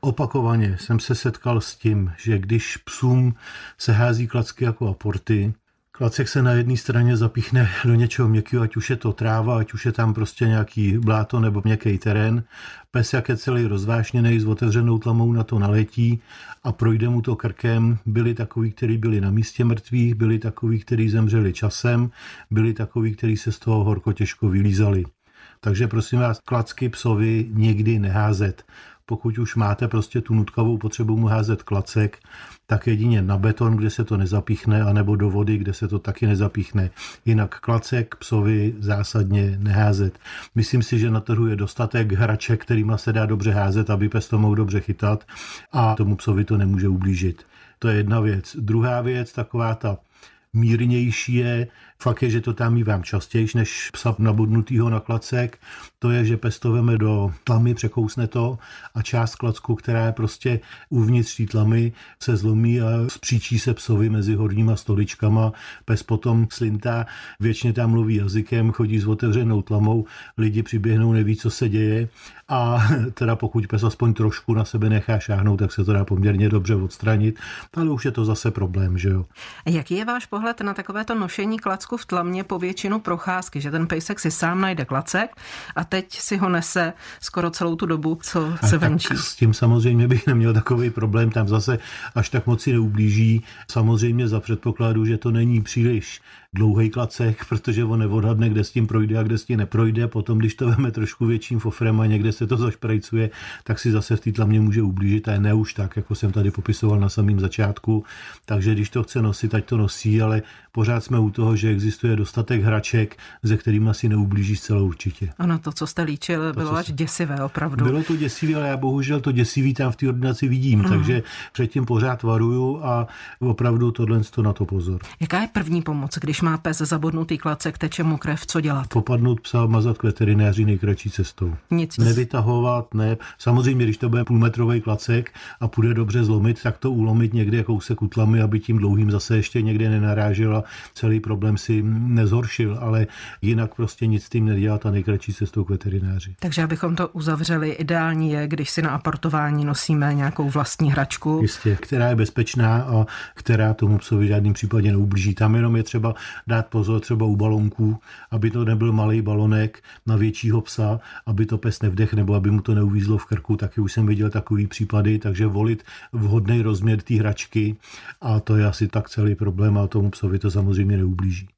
Opakovaně jsem se setkal s tím, že když psům se hází klacky jako aporty, klacek se na jedné straně zapíchne do něčeho měkkého, ať už je to tráva, ať už je tam prostě nějaký bláto nebo měkký terén. Pes, jak je celý rozvášněný, s otevřenou tlamou na to naletí a projde mu to krkem. Byli takoví, kteří byli na místě mrtvých, byli takoví, kteří zemřeli časem, byli takoví, kteří se z toho horko těžko vylízali. Takže prosím vás, klacky psovi nikdy neházet. Pokud už máte prostě tu nutkavou potřebu mu házet klacek, tak jedině na beton, kde se to nezapíchne, anebo do vody, kde se to taky nezapíchne. Jinak klacek psovi zásadně neházet. Myslím si, že na trhu je dostatek hraček, kterýma se dá dobře házet, aby pes to mohl dobře chytat a tomu psovi to nemůže ublížit. To je jedna věc. Druhá věc, taková ta mírnější je, fakt je, že to tam mívám častěji, než psa nabodnutýho na klacek, to je, že pes to veme do tlamy, překousne to a část klacku, která je prostě uvnitř té tlamy, se zlomí a spříčí se psovi mezi horníma stoličkama. Pes potom slintá, věčně tam mluví jazykem, chodí s otevřenou tlamou, lidi přiběhnou, neví, co se děje a teda pokud pes aspoň trošku na sebe nechá šáhnout, tak se to dá poměrně dobře odstranit, ale už je to zase problém, že jo. Jaký je váš pohled na takovéto nošení klacku v tlamě po většinu procházky, že ten pejsek si sám najde klacek a teď si ho nese skoro celou tu dobu, co se venčí? S tím samozřejmě bych neměl takový problém, tam zase až tak moc si neublíží. Samozřejmě za předpokladu, že to není příliš dlouhý klacek, protože on neodhadne, kde s tím projde a kde s tím neprojde. Potom, když to veme trošku větším fofrem a někde se to zašprajcuje, tak si zase v té tlamě může ublížit a ne už tak, jako jsem tady popisoval na samém začátku. Takže když to chce nosit, ať to nosí, ale pořád jsme u toho, že existuje dostatek hraček, ze kterými si neublíží zcela určitě. Ano, to, co jste líčil, bylo až děsivé opravdu. Bylo to děsivé, ale já bohužel to děsivý tam v té ordinaci vidím, takže předtím pořád varuju a opravdu tohle na to pozor. Jaká je první pomoc, když má pes zabodnutý klacek, teče mu krev, co dělat? Popadnout psa, mazat k veterináři nejkratší cestou. Nic. Nevytahovat, ne. Samozřejmě, když to bude půlmetrový klacek a půjde dobře zlomit, tak to ulomit někde kousek u tlamy, aby tím dlouhým zase ještě někde nenarážel a celý problém si nezhoršil, ale jinak prostě nic s tím nedělat a nejkratší cestou k veterináři. Takže abychom to uzavřeli, ideální je, když si na apartování nosíme nějakou vlastní hračku. Jistě, která je bezpečná a která tomu psovi v žádném případě neublíží. Tam jenom je třeba dát pozor třeba u balonků, aby to nebyl malý balonek na většího psa, aby to pes nevdech nebo aby mu to neuvízlo v krku. Taky už jsem viděl takový případy, takže volit vhodný rozměr té hračky a to je asi tak celý problém a tomu psovi to samozřejmě neublíží.